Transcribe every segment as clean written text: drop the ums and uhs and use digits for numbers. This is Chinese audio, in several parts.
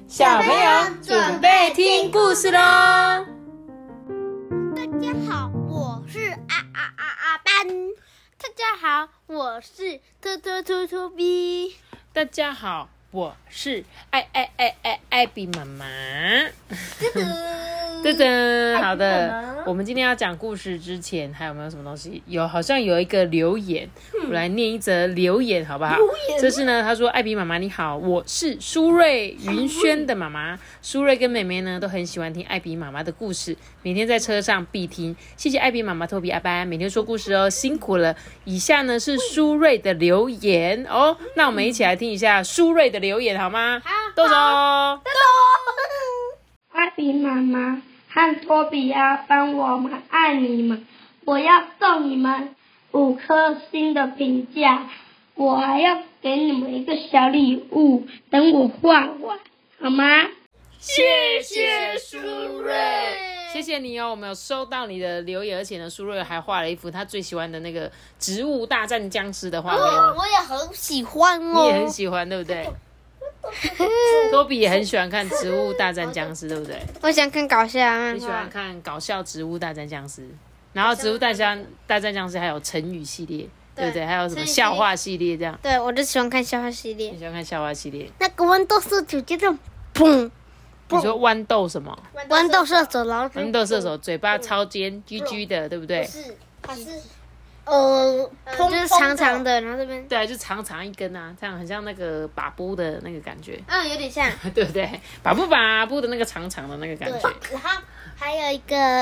小朋友准备听故事咯。 大家好，我是阿班。大家好，我是兔 B。 大家好，我是艾比妈妈。噔噔，好的，我们今天要讲故事之前，还有没有什么东西？好像有一个留言，我来念一则留言好不好？这是呢，他说：“艾比妈妈你好，我是苏芮云轩的妈妈。苏芮跟妹妹呢都很喜欢听艾比妈妈的故事，每天在车上必听。谢谢艾比妈妈、托比、阿班，每天说故事哦，辛苦了。以下呢是苏芮的留言哦，那我们一起来听一下苏芮的留言好吗？ 好， 豆豆。 艾比妈妈和托比阿班，我们爱你们！我要送你们5颗星的评价，我还要给你们一个小礼物，等我画完，好吗？ 谢谢苏芮，谢谢你哦，我们有收到你的留言，而且呢，苏芮还画了一幅他最喜欢的那个植物大战僵尸的画给我。 我也很喜欢哦， 你也很喜欢，对不对？多比也很喜欢看植物大战僵尸，对不对？ 我想看搞笑漫画。 你喜欢看搞笑植物大战僵尸，然后植物大战僵尸还有成语系列，对不对？还有什么笑话系列这样？ 对，我就喜欢看笑话系列。 你喜欢看笑话系列？ 那个豌豆射手就这样，砰！ 你说豌豆什么？ 豌豆射手，然后豌豆射手嘴巴超尖，居居的，对不对？ 它是就是长长的，然后这边对，就长长一根啊，这样很像那个把布的那个感觉， 有点像， 对不对？把布的那个长长的那个感觉。 然后还有一个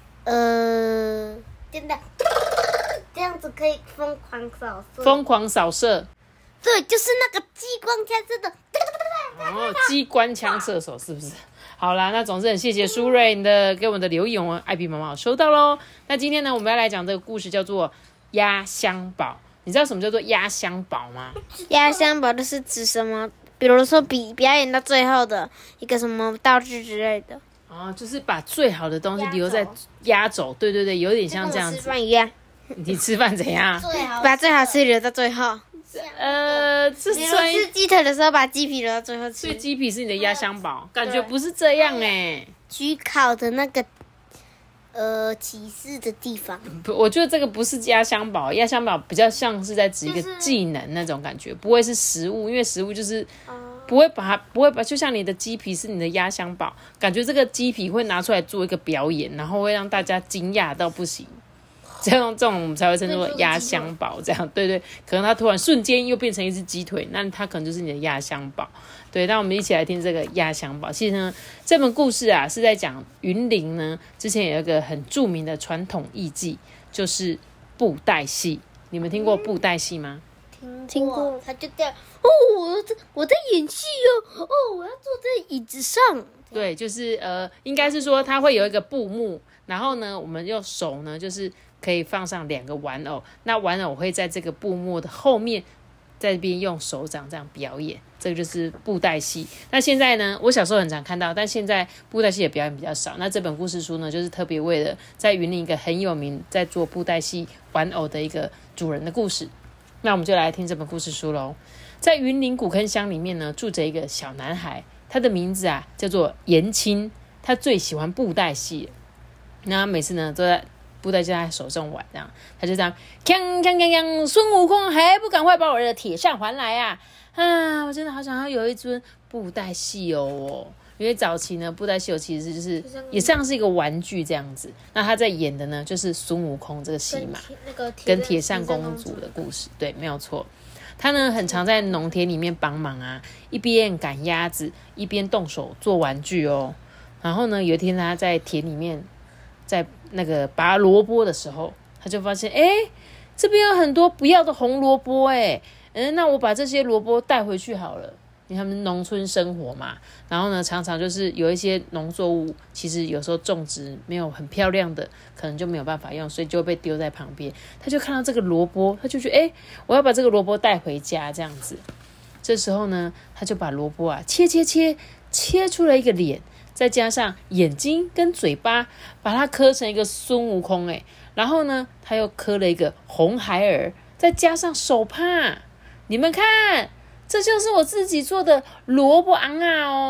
真的这样子可以疯狂扫射，对，就是那个激光枪射的。 机关枪射手是不是？好啦，那总之很谢谢苏芮你的给我们的留言，艾比妈妈收到咯。那今天呢，我们要来讲这个故事，叫做压箱宝。你知道什么叫做压箱宝吗？ 压箱宝就是指什么？比如说表演到最后的一个什么道具之类的。 哦，就是把最好的东西留在压轴。对对对，有点像这样子。 跟我吃饭一样。 你吃饭怎样？ 把最好吃留到最后。 这算吃鸡腿的时候把鸡皮留到最后吃。 所以鸡皮是你的压箱宝，感觉不是这样哎。 焗烤的那个起司的地方， 我觉得这个不是压箱宝，压箱宝比较像是在指一个技能那种感觉，不会是食物，因为食物就是不会把，就像你的鸡皮是你的压箱宝，感觉这个鸡皮会拿出来做一个表演，然后会让大家惊讶到不行。这种我们才会称作压箱宝，这样对对，可能它突然瞬间又变成一只鸡腿，那它可能就是你的压箱宝。对，那我们一起来听这个压箱宝。其实呢，这本故事啊是在讲云林呢之前有一个很著名的传统艺伎，就是布袋戏。你们听过布袋戏吗？ 听过。他就这样我在演戏哦，我要坐在椅子上。 对，就是应该是说它会有一个布幕，然后呢，我们用手呢就是可以放上2个玩偶，那玩偶会在这个布幕的后面，在这边用手掌这样表演，这个就是布袋戏。那现在呢，我小时候很常看到，但现在布袋戏的表演比较少。那这本故事书呢，就是特别为了在云林一个很有名在做布袋戏玩偶的一个主人的故事。那我们就来听这本故事书咯。在云林古坑乡里面呢，住着一个小男孩，他的名字啊叫做严青，他最喜欢布袋戏。那他每次呢都在布袋戏在手上玩，这样他就这样锵锵锵锵，孙悟空还不赶快把我的铁扇还来啊！我真的好想要有一尊布袋戏哦。因为早期呢，布袋戏其实就是也像是一个玩具这样子。那他在演的呢，就是孙悟空这个戏码，跟铁扇公主的故事。对，没有错。他呢很常在农田里面帮忙啊，一边赶鸭子，一边动手做玩具哦。然后呢，有一天他在田里面，在那个拔萝卜的时候，他就发现，这边有很多不要的红萝卜，那我把这些萝卜带回去好了。因为他们农村生活嘛，然后呢，常常就是有一些农作物，其实有时候种植没有很漂亮的，可能就没有办法用，所以就被丢在旁边。他就看到这个萝卜，他就觉得，我要把这个萝卜带回家，这样子。这时候呢，他就把萝卜啊切出了一个脸，再加上眼睛跟嘴巴，把它刻成一个孙悟空，然后呢，他又刻了一个红孩儿，再加上手帕。你们看。这就是我自己做的萝卜昂啊哦！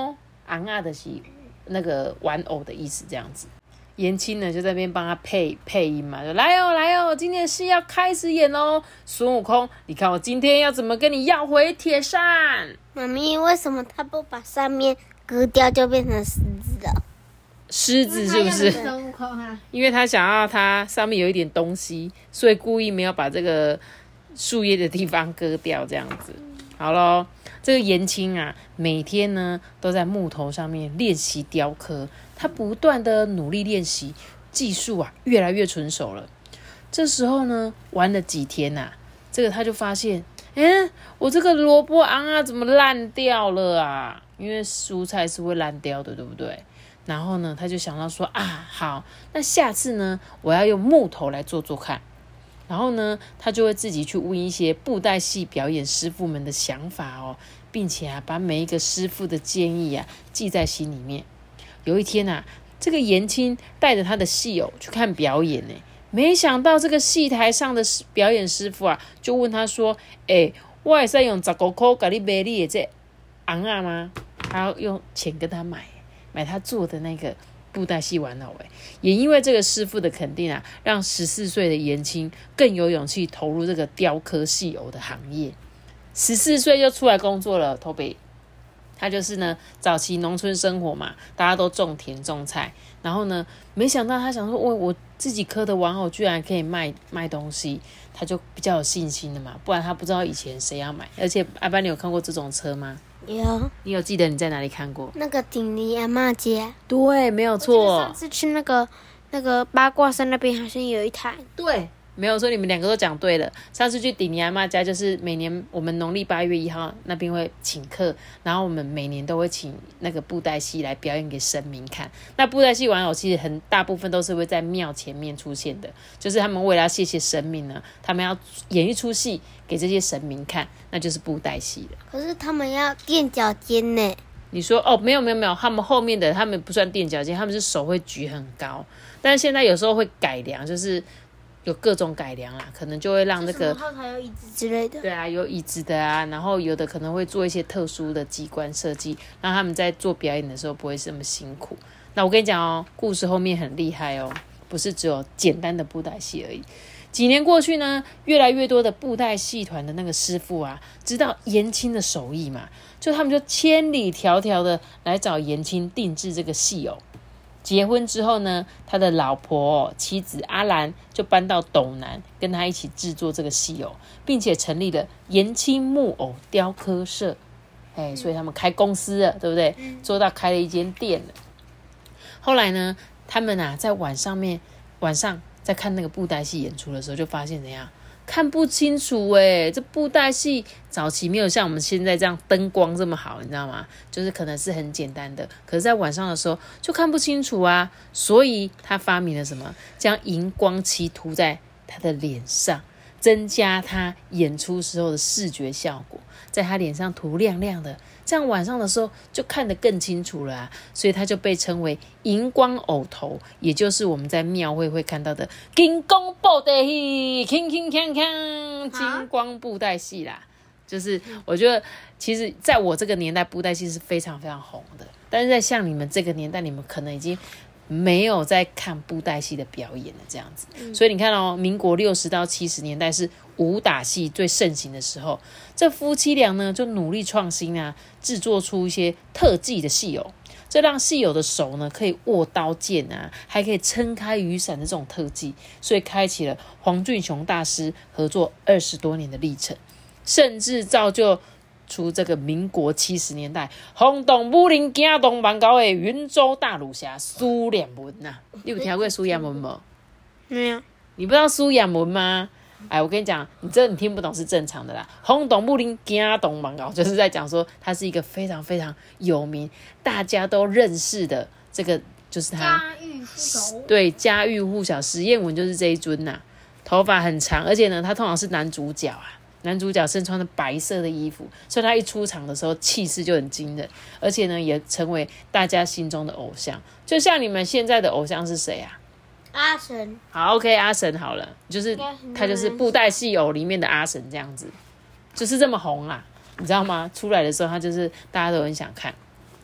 昂啊的是那个玩偶的意思，这样子。言青呢就在那边帮他配音嘛，就来哦，今天的戏要开始演哦。孙悟空，你看我今天要怎么跟你要回铁扇？ 妈咪，为什么他不把上面割掉就变成狮子了？ 狮子是不是？ 孙悟空啊， 因为他想要它上面有一点东西，所以故意没有把这个树叶的地方割掉，这样子。好咯，这个言青啊，每天呢都在木头上面练习雕刻，他不断的努力练习，技术啊越来越纯熟了。这时候呢，玩了几天啊，这个他就发现，我这个萝卜瓤啊怎么烂掉了啊？因为蔬菜是会烂掉的，对不对？然后呢，他就想到说啊，好，那下次呢，我要用木头来做做看。然后呢，他就会自己去问一些布袋戏表演师傅们的想法哦，并且啊，把每一个师傅的建议啊记在心里面。有一天啊，这个言青带着他的戏友去看表演呢，没想到这个戏台上的表演师傅啊，就问他说：“我可以用15块给你买你的这瓤啊吗？”他要用钱跟他买他做的那个布袋戏玩偶。也因为这个师傅的肯定啊，让14岁的言青更有勇气投入这个雕刻戏偶的行业。14岁就出来工作了，头北。他就是呢，早期农村生活嘛，大家都种田种菜，然后呢，没想到他想说，我自己刻的玩偶居然可以卖东西，他就比较有信心的嘛，不然他不知道以前谁要买。而且阿班，你有看过这种车吗？ 有。 你有记得你在哪里看过？ 那个顶梨阿嬷家。 对，没有错。 上次去那个八卦山那边好像有一台。 对，没有错，你们两个都讲对了。上次去顶尼阿嬷家，就是每年我们农历8月1号那边会请客，然后我们每年都会请那个布袋戏来表演给神明看。那布袋戏玩偶其实很大部分都是会在庙前面出现的，就是他们为了要谢谢神明呢，他们要演一出戏给这些神明看，那就是布袋戏了。 可是他们要垫脚尖呢。 你说没有，他们后面的他们不算垫脚尖，他们是手会举很高，但是现在有时候会改良，就是有各种改良啦，可能就会让那个后台有椅子之类的。 对啊，有椅子的啊，然后有的可能会做一些特殊的机关设计，让他们在做表演的时候不会这么辛苦。那我跟你讲哦，故事后面很厉害哦，不是只有简单的布袋戏而已。几年过去呢，越来越多的布袋戏团的那个师傅啊，知道言青的手艺嘛，他们就千里迢迢的来找言青定制这个戏偶。结婚之后呢，他的老婆妻子阿兰就搬到斗南，跟他一起制作这个戏偶，并且成立了言青木偶雕刻社。所以他们开公司了，对不对？做到开了一间店了。后来呢，他们啊在晚上在看那个布袋戏演出的时候，就发现怎样看不清楚这布袋戏早期没有像我们现在这样灯光这么好，你知道吗？就是可能是很简单的，可是在晚上的时候就看不清楚啊，所以他发明了什么？将荧光漆涂在他的脸上，增加他演出时候的视觉效果，在他脸上涂亮亮的，这样晚上的时候就看得更清楚了啊，所以他就被称为荧光偶头，也就是我们在庙会看到的金光布袋戏，金光布袋戏啦。就是我觉得其实在我这个年代布袋戏是非常非常红的，但是在像你们这个年代，你们可能已经没有在看布袋戏的表演了这样子。所以你看哦，民国60到70年代是武打戏最盛行的时候，这夫妻俩呢就努力创新啊，制作出一些特技的戏偶，这让戏偶的手呢可以握刀剑啊，还可以撑开雨伞的这种特技，所以开启了黄俊雄大师合作20多年的历程，甚至造就出这个民国70年代轰动武林惊动万高的云州大儒侠苏脸文啊。你有听过苏脸文吗？ 没有。 你不知道苏脸文吗？我跟你讲，你听不懂是正常的啦。轰动武林惊动万高，就是在讲说他是一个非常非常有名，大家都认识的这个，就是他家喻户晓。 对，家喻户晓。史艳文就是这一尊呐，头发很长，而且呢，他通常是男主角啊。男主角身穿的白色的衣服，所以他一出场的时候气势就很惊人，而且呢也成为大家心中的偶像。就像你们现在的偶像是谁啊？ 阿神。 好 ，OK， 阿神好了，就是他就是布袋戏偶里面的阿神这样子，就是这么红啦，你知道吗？出来的时候他就是大家都很想看。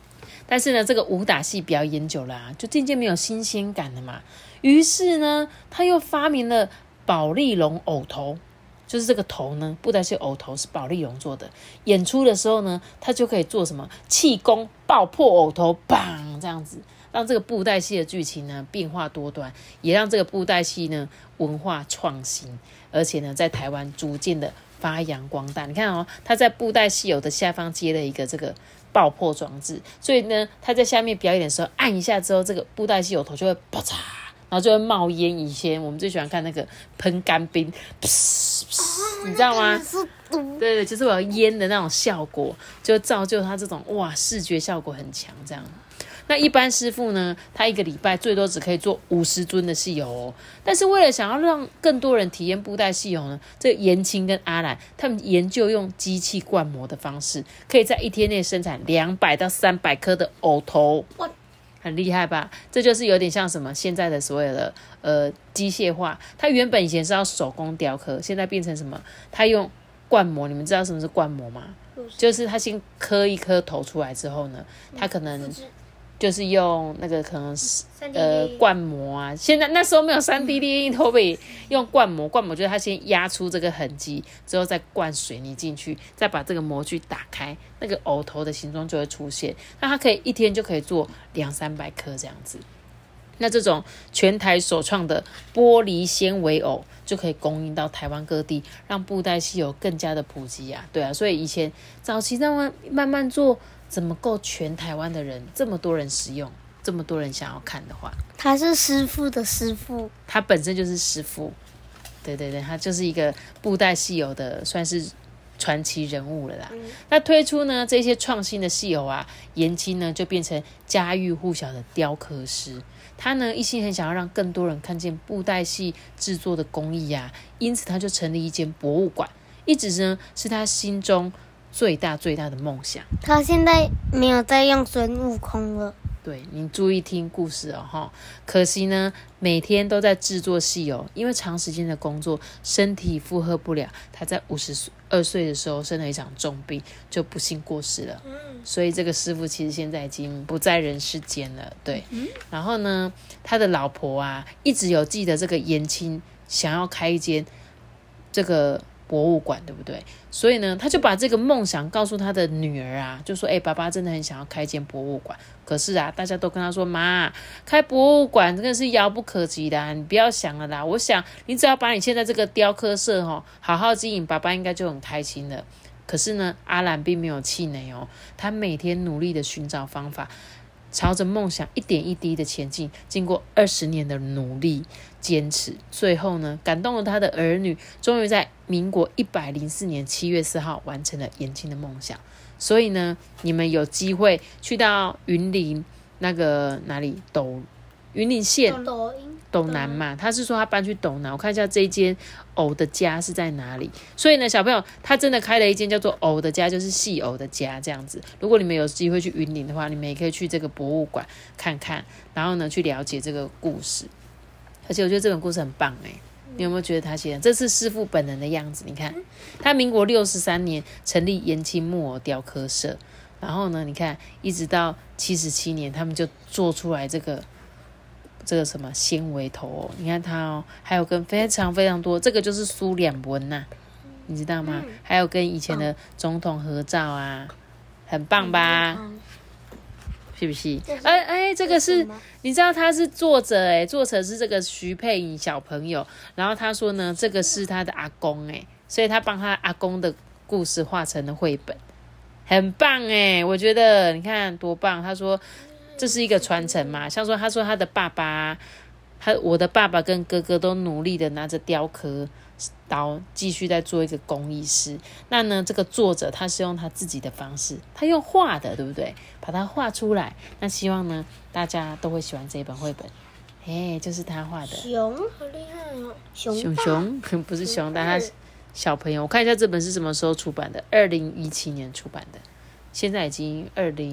但是呢，这个武打戏表演久了就渐渐没有新鲜感了嘛。于是呢，他又发明了保丽龙偶头，就是这个头呢，布袋戏偶头是保丽龙做的。演出的时候呢，他就可以做什么气功爆破偶头，砰这样子，让这个布袋戏的剧情呢变化多端，也让这个布袋戏呢文化创新，而且呢在台湾逐渐的发扬光大。你看哦，他在布袋戏偶的下方接了一个这个爆破装置，所以呢他在下面表演的时候按一下之后，这个布袋戏偶头就会爆嚓，然后就会冒烟。以前我们最喜欢看那个喷干冰，你知道吗？对，就是我要烟的那种效果，就造就它这种哇视觉效果很强这样。那一般师傅呢，他一个礼拜最多只可以做50尊的戏偶哦。但是为了想要让更多人体验布袋戏偶呢，这个严青跟阿兰他们研究用机器灌模的方式，可以在一天内生产200到300颗的偶头。很厉害吧？这就是有点像什么现在的所有的机械化，它原本以前是要手工雕刻，现在变成什么？它用灌模。你们知道什么是灌模吗？就是它先刻一颗头出来之后呢，它可能就是用那个可能灌模啊。现在那时候没有3D 列印，会不会用灌模？灌模就是它先压出这个痕迹，之后再灌水泥进去，再把这个模具打开，那个偶头的形状就会出现。那它可以一天就可以做200-300颗这样子。那这种全台首创的玻璃纤维偶就可以供应到台湾各地，让布袋戏有更加的普及啊。对啊，所以以前早期在慢慢做，怎么够全台湾的人这么多人使用，这么多人想要看的话， 他是师傅的师傅， 他本身就是师傅。对，他就是一个布袋戏偶的算是传奇人物了啦。那推出呢这些创新的戏偶啊，严青呢就变成家喻户晓的雕刻师。他呢一心很想要让更多人看见布袋戏制作的工艺啊，因此他就成立一间博物馆，一直呢是他心中最大的梦想。 他现在没有在用孙悟空了。 对，你注意听故事哦，可惜呢每天都在制作戏偶，因为长时间的工作身体负荷不了，他在52岁的时候生了一场重病，就不幸过世了。所以这个师傅其实现在已经不在人世间了。对，然后呢他的老婆啊一直有记得这个严青想要开一间这个博物馆，对不对？所以呢他就把这个梦想告诉他的女儿啊，就说爸爸真的很想要开一间博物馆，可是啊大家都跟他说，妈，开博物馆真的是遥不可及的你不要想了啦，我想你只要把你现在这个雕刻社好好经营，爸爸应该就很开心了。可是呢阿兰并没有气馁他每天努力的寻找方法，朝着梦想一点一滴的前进，经过20年的努力坚持，最后呢感动了他的儿女，终于在民国104年7月4号完成了严青的梦想。所以呢你们有机会去到云林那个哪里云林县斗南嘛，他是说他搬去斗南，我看一下这一间偶的家是在哪里。所以呢小朋友他真的开了一间叫做偶的家，就是戏偶的家这样子。如果你们有机会去云林的话，你们也可以去这个博物馆看看，然后呢去了解这个故事。而且我觉得这本故事很棒你有没有觉得他写的这是师父本人的样子？你看他民国63年成立严青木偶雕刻社，然后呢你看一直到77年他们就做出来这个什么纤维头你看它还有跟非常非常多，这个就是苏两文呐你知道吗？还有跟以前的总统合照啊，很棒吧？是不是？这个是你知道他是作者作者是这个徐佩颖小朋友，然后他说呢这个是他的阿公所以他帮他阿公的故事画成了绘本，很棒我觉得你看多棒。他说这是一个传承嘛，像说他说他的爸爸我的爸爸跟哥哥都努力的拿着雕刻刀继续在做一个工艺师。那呢这个作者他是用他自己的方式，他用画的对不对，把它画出来。那希望呢大家都会喜欢这一本绘本就是他画的熊，好厉害熊不是熊，但他小朋友。我看一下这本是什么时候出版的，2017年出版的，现在已经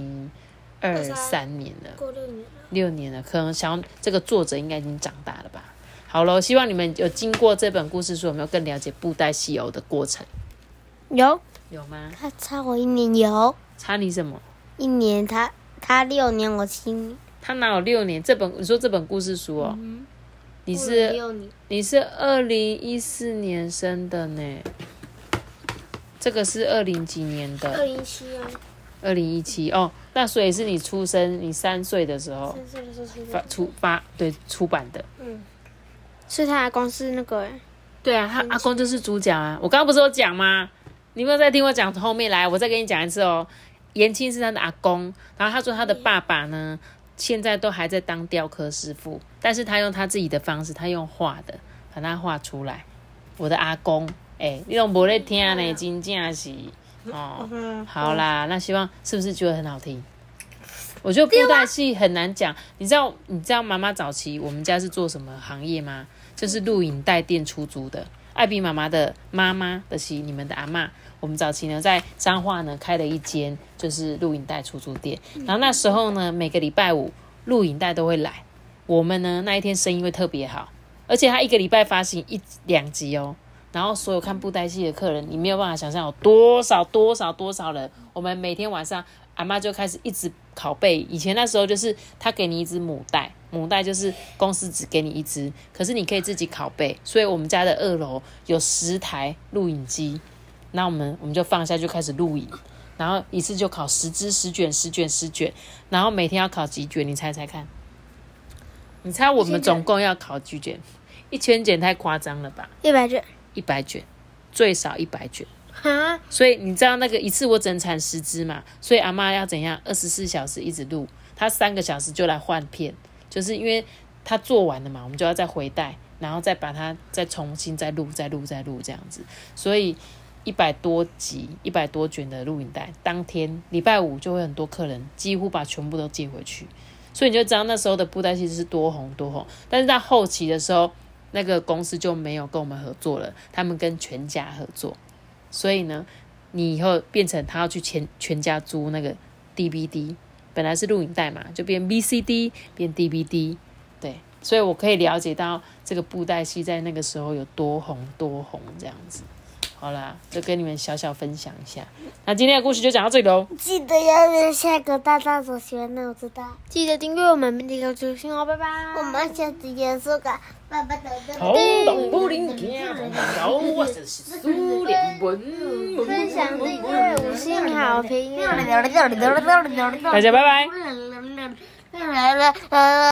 2023年了， 过 6年了，可能想要这个作者应该已经长大了吧。好了，希望你们有经过这本故事书，有没有更了解布袋戏偶的过程？ 有吗？ 他差我1年，有差你什么？ 1年他6年，我7年。 他哪有6年？你说这本故事书哦？你是2014年生的呢？这个是20几年的 2017啊。 2017哦，那所以是你出生，你3岁的时候 3岁的时候出版的。 是他阿公是那个对啊，他阿公就是主角啊。我刚刚不是有讲吗？你没有再听我讲后面来，我再跟你讲一次哦。延庆是他的阿公，然后他说他的爸爸呢，现在都还在当雕刻师傅，但是他用他自己的方式，他用画的把它画出来。我的阿公，你都没在听呢，真正是哦。好啦，那希望是不是觉得很好听？我觉得布袋戏很难讲。你知道妈妈早期我们家是做什么行业吗？就是录影带店出租的。艾比妈妈的妈妈的是你们的阿嬷，我们早期呢在彰化呢开了一间就是录影带出租店，然后那时候呢每个礼拜5录影带都会来，我们呢那一天生意会特别好，而且他1个礼拜发行1-2集哦，然后所有看布袋戏的客人，你没有办法想象有多少人，我们每天晚上阿嬷就开始一直拷贝。以前那时候就是他给你一支母带就是公司只给你1支，可是你可以自己拷贝，所以我们家的2楼有10台录影机，那我们就放下就开始录影，然后一次就考10支10卷，然后每天要考几卷？你猜猜看？你猜我们总共要考几卷？1000卷太夸张了吧 ？100卷 ？100卷，最少100卷。 哈， 所以你知道那个一次我只能产10支嘛，所以阿嬷要怎样？24小时一直录，她3个小时就来换片，就是因为她做完了嘛，我们就要再回带，然后再把它再重新再录这样子。所以100多集、100多卷的录影带，当天礼拜5就会很多客人几乎把全部都接回去，所以你就知道那时候的布袋戏是多红。但是在后期的时候，那个公司就没有跟我们合作了，他们跟全家合作。所以呢，你以后变成他要去全家租那个 DVD， 本来是录影带嘛，就变 VCD 变 DVD， 对，所以我可以了解到这个布袋戏在那个时候有多红这样子。好啦，就跟你们小小分享一下。那今天的故事就讲到这里喽。 记得要留下个大大手喜欢的我知道，记得订阅我们，并且给出信哦，拜拜。我们下次见，说个拜拜的。 红豆布林天，我是苏联文。 分享订阅5星好评， 大家拜拜。